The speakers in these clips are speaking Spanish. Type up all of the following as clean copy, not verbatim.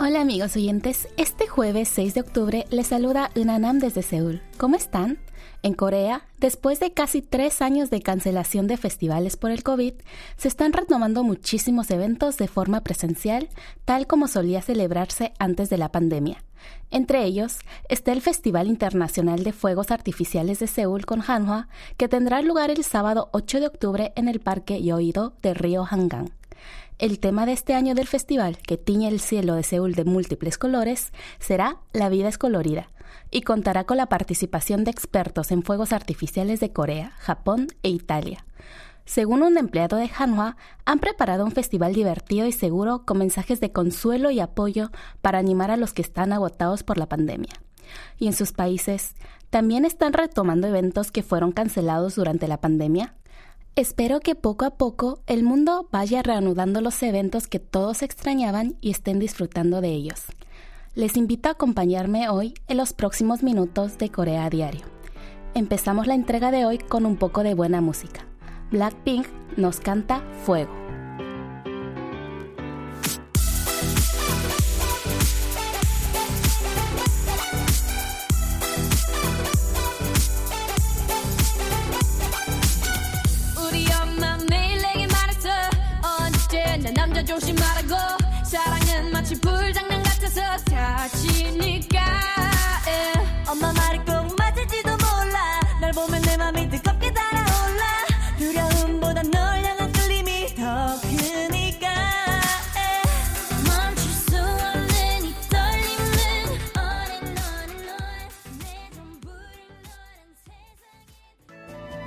Hola amigos oyentes, este jueves 6 de octubre les saluda Euna Nam desde Seúl. ¿Cómo están? En Corea, después de casi 3 años de cancelación de festivales por el COVID, se están retomando muchísimos eventos de forma presencial, tal como solía celebrarse antes de la pandemia. Entre ellos está el Festival Internacional de Fuegos Artificiales de Seúl con Hanwha, que tendrá lugar el sábado 8 de octubre en el Parque Yeouido de río Hangang. El tema de este año del festival, que tiñe el cielo de Seúl de múltiples colores, será La vida es colorida, y contará con la participación de expertos en fuegos artificiales de Corea, Japón e Italia. Según un empleado de Hanwha, han preparado un festival divertido y seguro con mensajes de consuelo y apoyo para animar a los que están agotados por la pandemia. Y en sus países, ¿también están retomando eventos que fueron cancelados durante la pandemia? Espero que poco a poco el mundo vaya reanudando los eventos que todos extrañaban y estén disfrutando de ellos. Les invito a acompañarme hoy en los próximos minutos de Corea a Diario. Empezamos la entrega de hoy con un poco de buena música. Blackpink nos canta Fuego. 조심하라고 사랑은 마치 불장난 같아서 다치니까 엄마 말이 꼭 맞을지도 몰라 널 보면 내 맘이 뜨겁게 달아올라 두려움보다 널 향한 끌림이 더 크니까 멈출 수 없는 이 떨림은 on and on 내 전부를 너란 세상에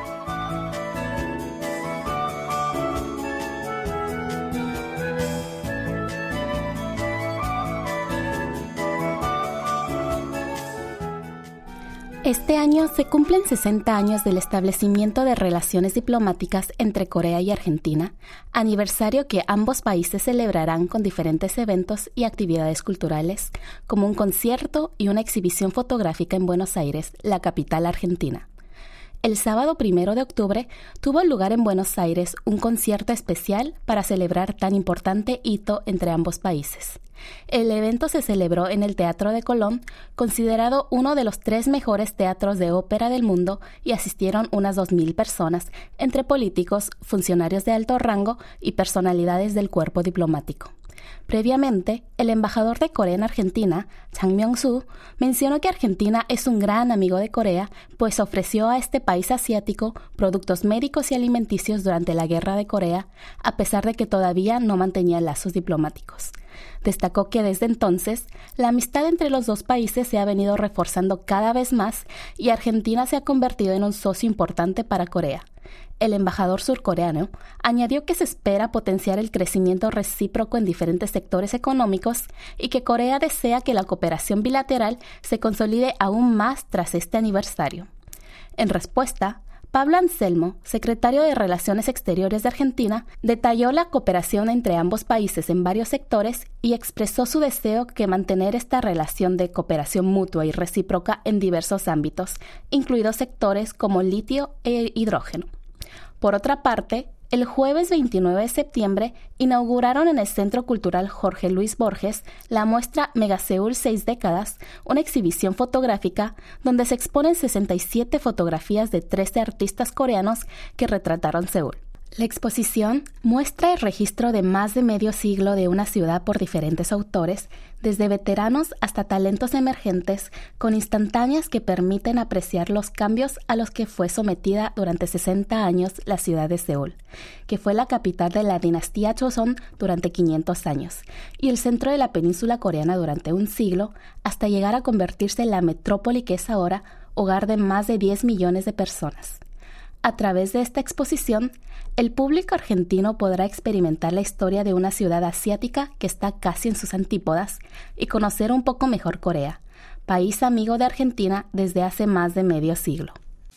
Este año se cumplen 60 años del establecimiento de relaciones diplomáticas entre Corea y Argentina, aniversario que ambos países celebrarán con diferentes eventos y actividades culturales, como un concierto y una exhibición fotográfica en Buenos Aires, la capital argentina. El sábado 1 de octubre tuvo lugar en Buenos Aires un concierto especial para celebrar tan importante hito entre ambos países. El evento se celebró en el Teatro de Colón, considerado uno de los 3 mejores teatros de ópera del mundo, y asistieron unas 2.000 personas, entre políticos, funcionarios de alto rango y personalidades del cuerpo diplomático. Previamente, el embajador de Corea en Argentina, Chang Myung-soo, mencionó que Argentina es un gran amigo de Corea, pues ofreció a este país asiático productos médicos y alimenticios durante la Guerra de Corea, a pesar de que todavía no mantenía lazos diplomáticos. Destacó que desde entonces, la amistad entre los dos países se ha venido reforzando cada vez más y Argentina se ha convertido en un socio importante para Corea. El embajador surcoreano añadió que se espera potenciar el crecimiento recíproco en diferentes sectores económicos y que Corea desea que la cooperación bilateral se consolide aún más tras este aniversario. En respuesta, Pablo Anselmo, secretario de Relaciones Exteriores de Argentina, detalló la cooperación entre ambos países en varios sectores y expresó su deseo que mantener esta relación de cooperación mutua y recíproca en diversos ámbitos, incluidos sectores como litio e hidrógeno. Por otra parte, el jueves 29 de septiembre inauguraron en el Centro Cultural Jorge Luis Borges la muestra Mega Seúl 6 décadas, una exhibición fotográfica donde se exponen 67 fotografías de 13 artistas coreanos que retrataron Seúl. La exposición muestra el registro de más de medio siglo de una ciudad por diferentes autores, desde veteranos hasta talentos emergentes, con instantáneas que permiten apreciar los cambios a los que fue sometida durante 60 años la ciudad de Seúl, que fue la capital de la dinastía Joseon durante 500 años, y el centro de la península coreana durante un siglo, hasta llegar a convertirse en la metrópoli que es ahora, hogar de más de 10 millones de personas. A través de esta exposición, el público argentino podrá experimentar la historia de una ciudad asiática que está casi en sus antípodas y conocer un poco mejor Corea, país amigo de Argentina desde hace más de medio siglo.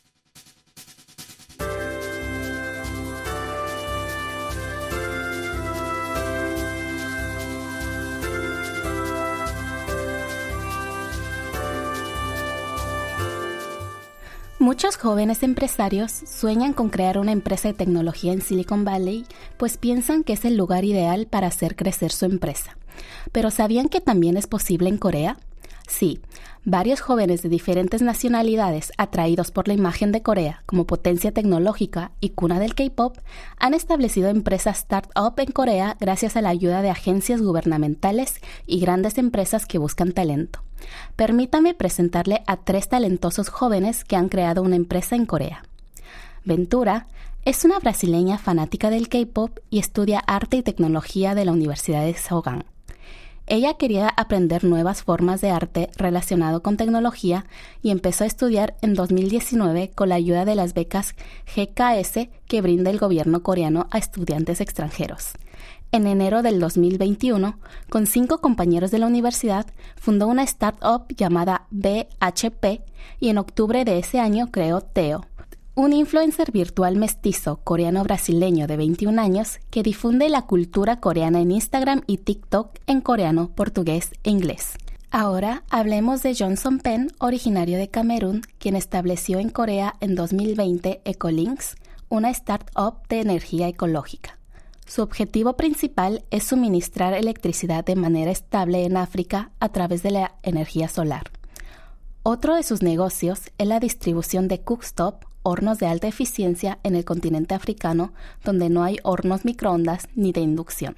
Muchos jóvenes empresarios sueñan con crear una empresa de tecnología en Silicon Valley, pues piensan que es el lugar ideal para hacer crecer su empresa. ¿Pero sabían que también es posible en Corea? Sí, varios jóvenes de diferentes nacionalidades atraídos por la imagen de Corea como potencia tecnológica y cuna del K-pop han establecido empresas start-up en Corea gracias a la ayuda de agencias gubernamentales y grandes empresas que buscan talento. Permítame presentarle a 3 talentosos jóvenes que han creado una empresa en Corea. Ventura es una brasileña fanática del K-pop y estudia arte y tecnología de la Universidad de Sogang. Ella quería aprender nuevas formas de arte relacionado con tecnología y empezó a estudiar en 2019 con la ayuda de las becas GKS que brinda el gobierno coreano a estudiantes extranjeros. En enero del 2021, con 5 compañeros de la universidad, fundó una startup llamada BHP y en octubre de ese año creó Teo, un influencer virtual mestizo coreano-brasileño de 21 años que difunde la cultura coreana en Instagram y TikTok en coreano, portugués e inglés. Ahora hablemos de Johnson Penn, originario de Camerún, quien estableció en Corea en 2020 Ecolinks, una startup de energía ecológica. Su objetivo principal es suministrar electricidad de manera estable en África a través de la energía solar. Otro de sus negocios es la distribución de cooktop, hornos de alta eficiencia en el continente africano, donde no hay hornos microondas ni de inducción.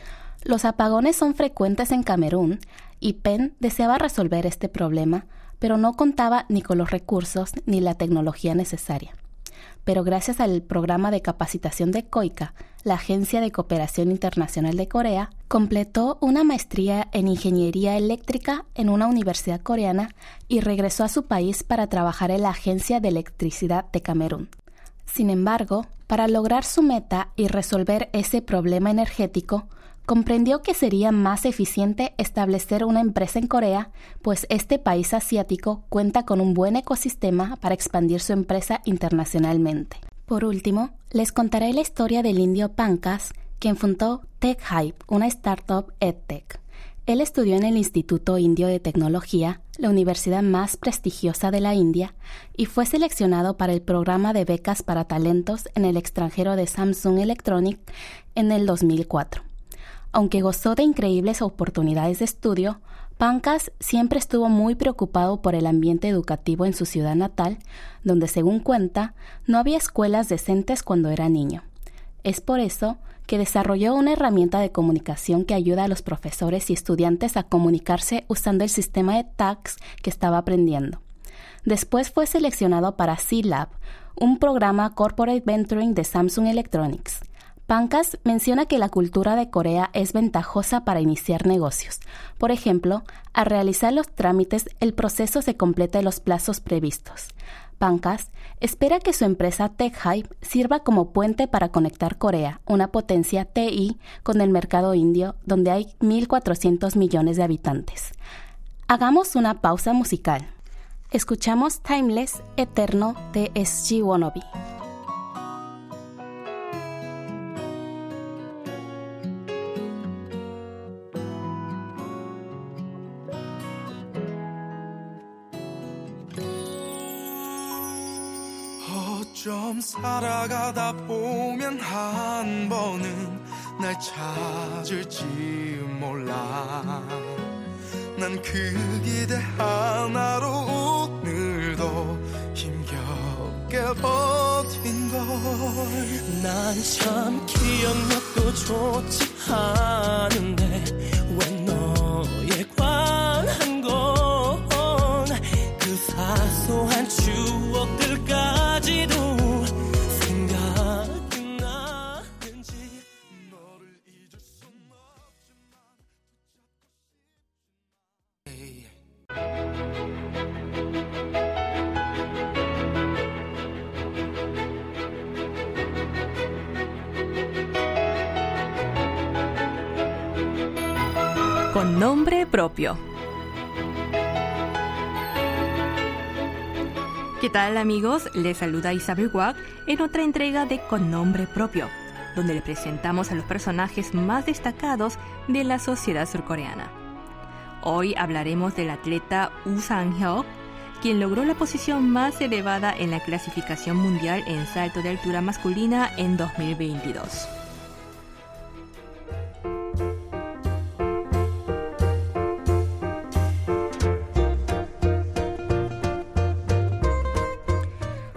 Los apagones son frecuentes en Camerún y Penn deseaba resolver este problema, pero no contaba ni con los recursos ni la tecnología necesaria. Pero gracias al programa de capacitación de KOICA, la Agencia de Cooperación Internacional de Corea, completó una maestría en ingeniería eléctrica en una universidad coreana y regresó a su país para trabajar en la Agencia de Electricidad de Camerún. Sin embargo, para lograr su meta y resolver ese problema energético, comprendió que sería más eficiente establecer una empresa en Corea, pues este país asiático cuenta con un buen ecosistema para expandir su empresa internacionalmente. Por último, les contaré la historia del indio Pankaj, quien fundó TechHype, una startup EdTech. Él estudió en el Instituto Indio de Tecnología, la universidad más prestigiosa de la India, y fue seleccionado para el programa de becas para talentos en el extranjero de Samsung Electronics en el 2004. Aunque gozó de increíbles oportunidades de estudio, Pankaj siempre estuvo muy preocupado por el ambiente educativo en su ciudad natal, donde, según cuenta, no había escuelas decentes cuando era niño. Es por eso que desarrolló una herramienta de comunicación que ayuda a los profesores y estudiantes a comunicarse usando el sistema de tags que estaba aprendiendo. Después fue seleccionado para C-Lab, un programa Corporate Venturing de Samsung Electronics. Pankaj menciona que la cultura de Corea es ventajosa para iniciar negocios. Por ejemplo, al realizar los trámites, el proceso se completa en los plazos previstos. Pankaj espera que su empresa TechHype sirva como puente para conectar Corea, una potencia TI, con el mercado indio, donde hay 1.400 millones de habitantes. Hagamos una pausa musical. Escuchamos Timeless, Eterno de SG Wannabe. 좀 살아가다 보면 한 번은 날 찾을지 몰라 난 그 기대 하나로 오늘도 힘겹게 버틴 걸 난 참 기억력도 좋지 않은데 왜 너에 관한 건 그 사소한 추억들까지도 Con nombre propio. ¿Qué tal, amigos? Les saluda Isabel Wack en otra entrega de Con nombre propio, donde le presentamos a los personajes más destacados de la sociedad surcoreana. Hoy hablaremos del atleta Woo Sang-hyuk, quien logró la posición más elevada en la clasificación mundial en salto de altura masculina en 2022.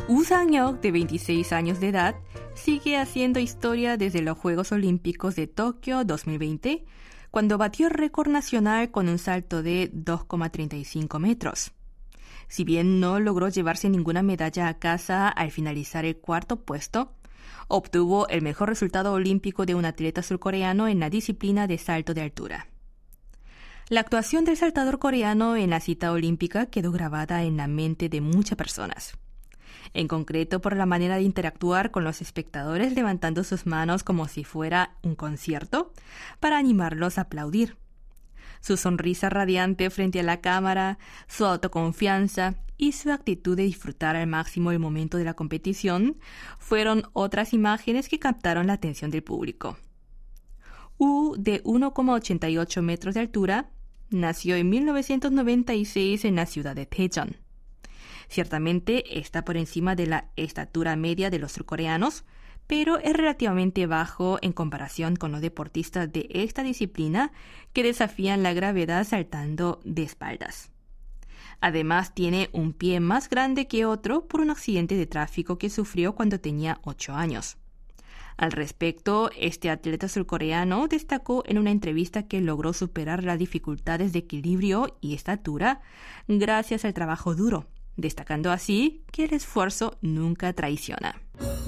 Woo Sang-hyuk, de 26 años de edad, sigue haciendo historia desde los Juegos Olímpicos de Tokio 2020, cuando batió el récord nacional con un salto de 2,35 metros. Si bien no logró llevarse ninguna medalla a casa al finalizar el cuarto puesto, obtuvo el mejor resultado olímpico de un atleta surcoreano en la disciplina de salto de altura. La actuación del saltador coreano en la cita olímpica quedó grabada en la mente de muchas personas. En concreto por la manera de interactuar con los espectadores levantando sus manos como si fuera un concierto para animarlos a aplaudir. Su sonrisa radiante frente a la cámara, su autoconfianza y su actitud de disfrutar al máximo el momento de la competición fueron otras imágenes que captaron la atención del público. Woo, de 1,88 metros de altura, nació en 1996 en la ciudad de Daejeon. Ciertamente está por encima de la estatura media de los surcoreanos, pero es relativamente bajo en comparación con los deportistas de esta disciplina que desafían la gravedad saltando de espaldas. Además, tiene un pie más grande que otro por un accidente de tráfico que sufrió cuando tenía 8 años. Al respecto, este atleta surcoreano destacó en una entrevista que logró superar las dificultades de equilibrio y estatura gracias al trabajo duro, destacando así que el esfuerzo nunca traiciona.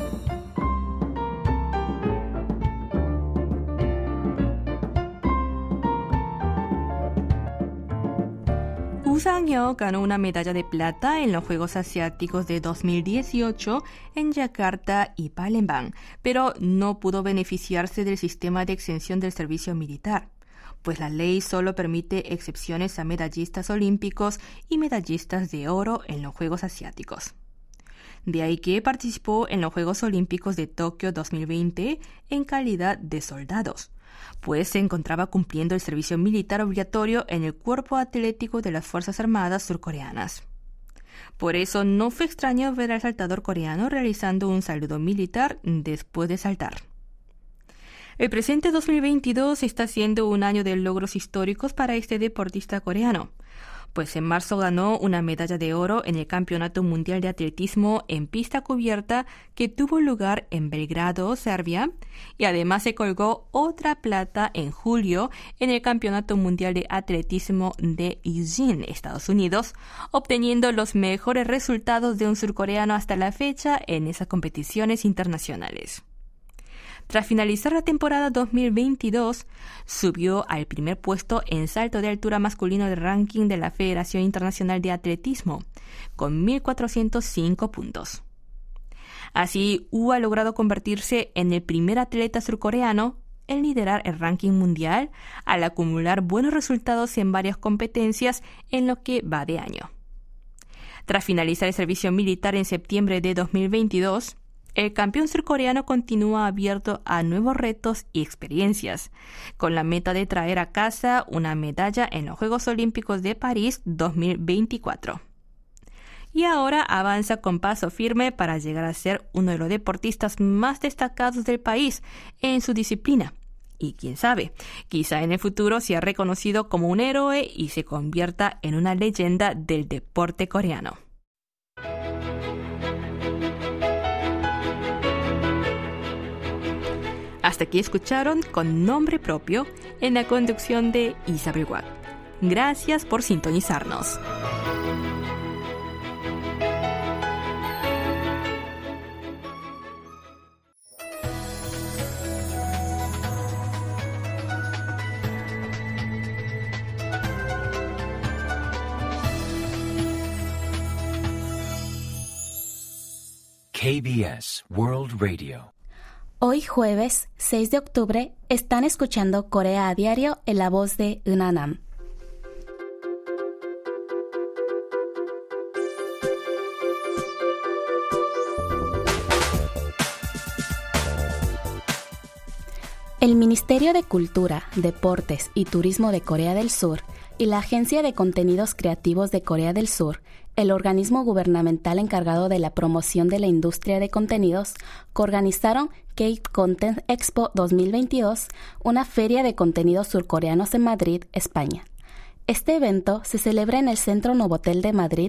Woo Sang-hyuk ganó una medalla de plata en los Juegos Asiáticos de 2018 en Yakarta y Palembang, pero no pudo beneficiarse del sistema de exención del servicio militar, pues la ley solo permite excepciones a medallistas olímpicos y medallistas de oro en los Juegos Asiáticos. De ahí que participó en los Juegos Olímpicos de Tokio 2020 en calidad de soldados, pues se encontraba cumpliendo el servicio militar obligatorio en el cuerpo atlético de las Fuerzas Armadas surcoreanas. Por eso no fue extraño ver al saltador coreano realizando un saludo militar después de saltar. El presente 2022 está siendo un año de logros históricos para este deportista coreano, pues en marzo ganó una medalla de oro en el Campeonato Mundial de Atletismo en pista cubierta que tuvo lugar en Belgrado, Serbia, y además se colgó otra plata en julio en el Campeonato Mundial de Atletismo de Eugene, Estados Unidos, obteniendo los mejores resultados de un surcoreano hasta la fecha en esas competiciones internacionales. Tras finalizar la temporada 2022, subió al primer puesto en salto de altura masculino del ranking de la Federación Internacional de Atletismo, con 1.405 puntos. Así, Woo ha logrado convertirse en el primer atleta surcoreano en liderar el ranking mundial al acumular buenos resultados en varias competencias en lo que va de año. Tras finalizar el servicio militar en septiembre de 2022, el campeón surcoreano continúa abierto a nuevos retos y experiencias, con la meta de traer a casa una medalla en los Juegos Olímpicos de París 2024. Y ahora avanza con paso firme para llegar a ser uno de los deportistas más destacados del país en su disciplina. Y quién sabe, quizá en el futuro sea reconocido como un héroe y se convierta en una leyenda del deporte coreano. Hasta aquí escucharon Con Nombre Propio en la conducción de Isabel Watt. Gracias por sintonizarnos. KBS World Radio. Hoy jueves 6 de octubre están escuchando Corea a Diario en la voz de Euna Nam. El Ministerio de Cultura, Deportes y Turismo de Corea del Sur y la Agencia de Contenidos Creativos de Corea del Sur, el organismo gubernamental encargado de la promoción de la industria de contenidos, coorganizaron K-Content Expo 2022, una feria de contenidos surcoreanos en Madrid, España. Este evento se celebra en el Centro Novotel de Madrid,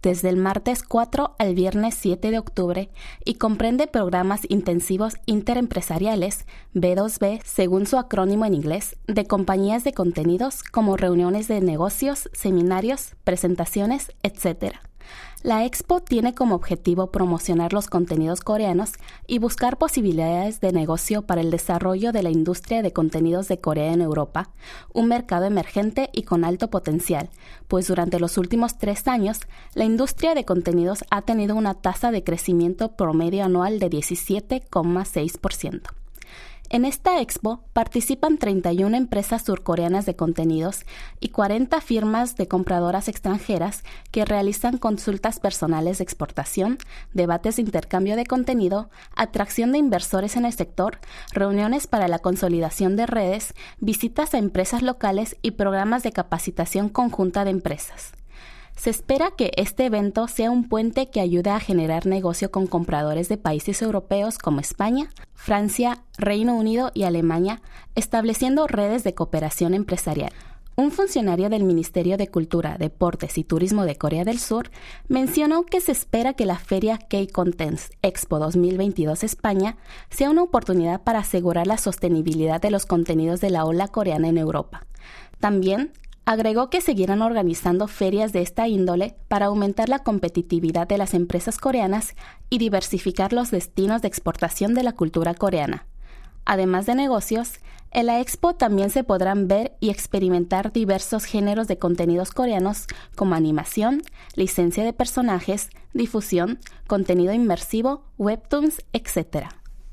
desde el martes 4 al viernes 7 de octubre y comprende programas intensivos interempresariales, B2B, según su acrónimo en inglés, de compañías de contenidos como reuniones de negocios, seminarios, presentaciones, etc. La Expo tiene como objetivo promocionar los contenidos coreanos y buscar posibilidades de negocio para el desarrollo de la industria de contenidos de Corea en Europa, un mercado emergente y con alto potencial, pues durante los últimos 3 años, la industria de contenidos ha tenido una tasa de crecimiento promedio anual de 17,6%. En esta expo participan 31 empresas surcoreanas de contenidos y 40 firmas de compradoras extranjeras que realizan consultas personales de exportación, debates de intercambio de contenido, atracción de inversores en el sector, reuniones para la consolidación de redes, visitas a empresas locales y programas de capacitación conjunta de empresas. Se espera que este evento sea un puente que ayude a generar negocio con compradores de países europeos como España, Francia, Reino Unido y Alemania, estableciendo redes de cooperación empresarial. Un funcionario del Ministerio de Cultura, Deportes y Turismo de Corea del Sur mencionó que se espera que la feria K-Contents Expo 2022 España sea una oportunidad para asegurar la sostenibilidad de los contenidos de la ola coreana en Europa. También agregó que seguirán organizando ferias de esta índole para aumentar la competitividad de las empresas coreanas y diversificar los destinos de exportación de la cultura coreana. Además de negocios, en la expo también se podrán ver y experimentar diversos géneros de contenidos coreanos como animación, licencia de personajes, difusión, contenido inmersivo, webtoons, etc.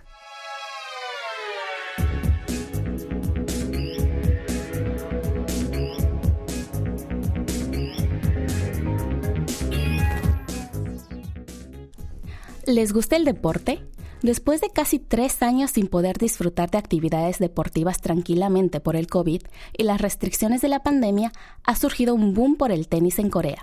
¿Les gusta el deporte? Después de casi 3 años sin poder disfrutar de actividades deportivas tranquilamente por el COVID y las restricciones de la pandemia, ha surgido un boom por el tenis en Corea.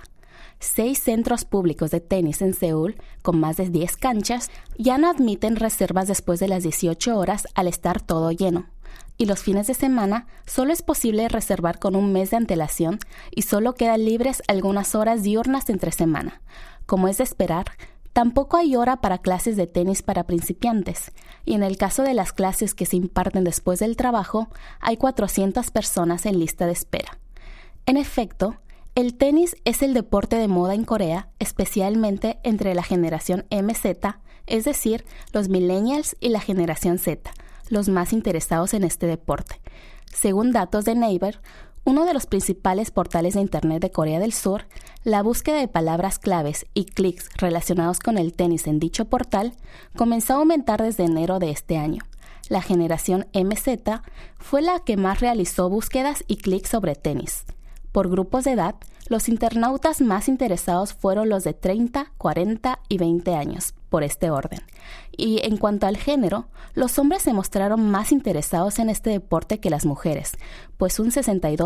6 centros públicos de tenis en Seúl, con más de 10 canchas, ya no admiten reservas después de las 18 horas al estar todo lleno. Y los fines de semana solo es posible reservar con un mes de antelación y solo quedan libres algunas horas diurnas entre semana. Como es de esperar, tampoco hay hora para clases de tenis para principiantes, y en el caso de las clases que se imparten después del trabajo, hay 400 personas en lista de espera. En efecto, el tenis es el deporte de moda en Corea, especialmente entre la generación MZ, es decir, los millennials y la generación Z, los más interesados en este deporte. Según datos de Naver, uno de los principales portales de Internet de Corea del Sur, la búsqueda de palabras claves y clics relacionados con el tenis en dicho portal comenzó a aumentar desde enero de este año. La generación MZ fue la que más realizó búsquedas y clics sobre tenis. Por grupos de edad, los internautas más interesados fueron los de 30, 40 y 20 años, por este orden. Y en cuanto al género, los hombres se mostraron más interesados en este deporte que las mujeres, pues un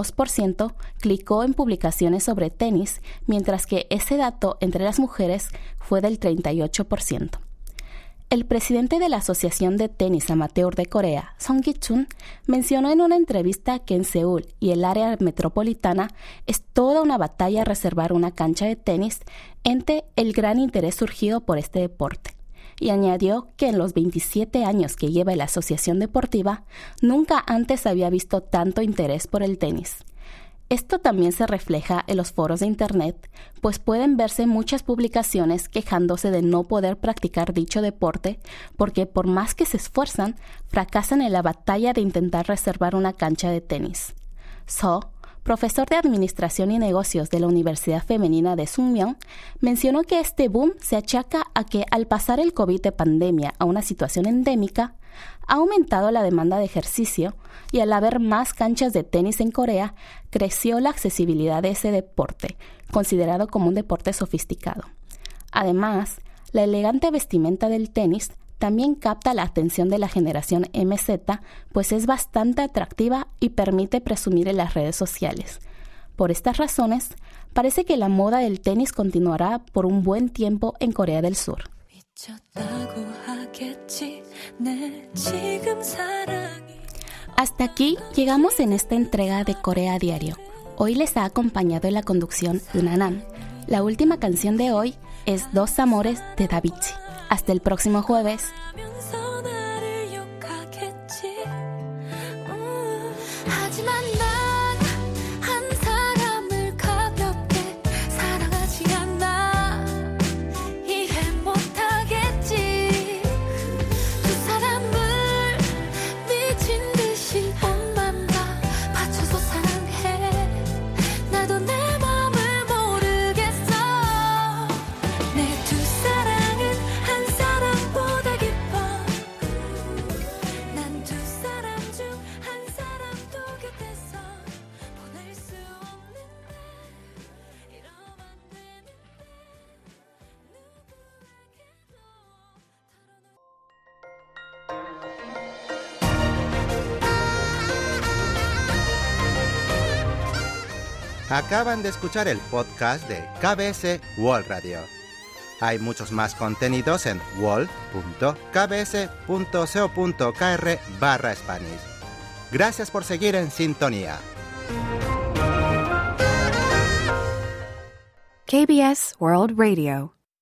62% clicó en publicaciones sobre tenis, mientras que ese dato entre las mujeres fue del 38%. El presidente de la Asociación de Tenis Amateur de Corea, Song Gi-chun, mencionó en una entrevista que en Seúl y el área metropolitana es toda una batalla reservar una cancha de tenis ante el gran interés surgido por este deporte. Y añadió que en los 27 años que lleva la asociación deportiva, nunca antes había visto tanto interés por el tenis. Esto también se refleja en los foros de Internet, pues pueden verse muchas publicaciones quejándose de no poder practicar dicho deporte porque por más que se esfuerzan, fracasan en la batalla de intentar reservar una cancha de tenis. So, profesor de Administración y Negocios de la Universidad Femenina de Sungmyeon, mencionó que este boom se achaca a que al pasar el COVID de pandemia a una situación endémica, ha aumentado la demanda de ejercicio y al haber más canchas de tenis en Corea, creció la accesibilidad de ese deporte, considerado como un deporte sofisticado. Además, la elegante vestimenta del tenis también capta la atención de la generación MZ, pues es bastante atractiva y permite presumir en las redes sociales. Por estas razones, parece que la moda del tenis continuará por un buen tiempo en Corea del Sur. Hasta aquí llegamos en esta entrega de Corea Diario. Hoy les ha acompañado en la conducción Yuna Nam. La última canción de hoy es Dos Amores de Davichi. Hasta el próximo jueves. Acaban de escuchar el podcast de KBS World Radio. Hay muchos más contenidos en wall.kbs.co.kr/Spanish. Gracias por seguir en sintonía. KBS World Radio.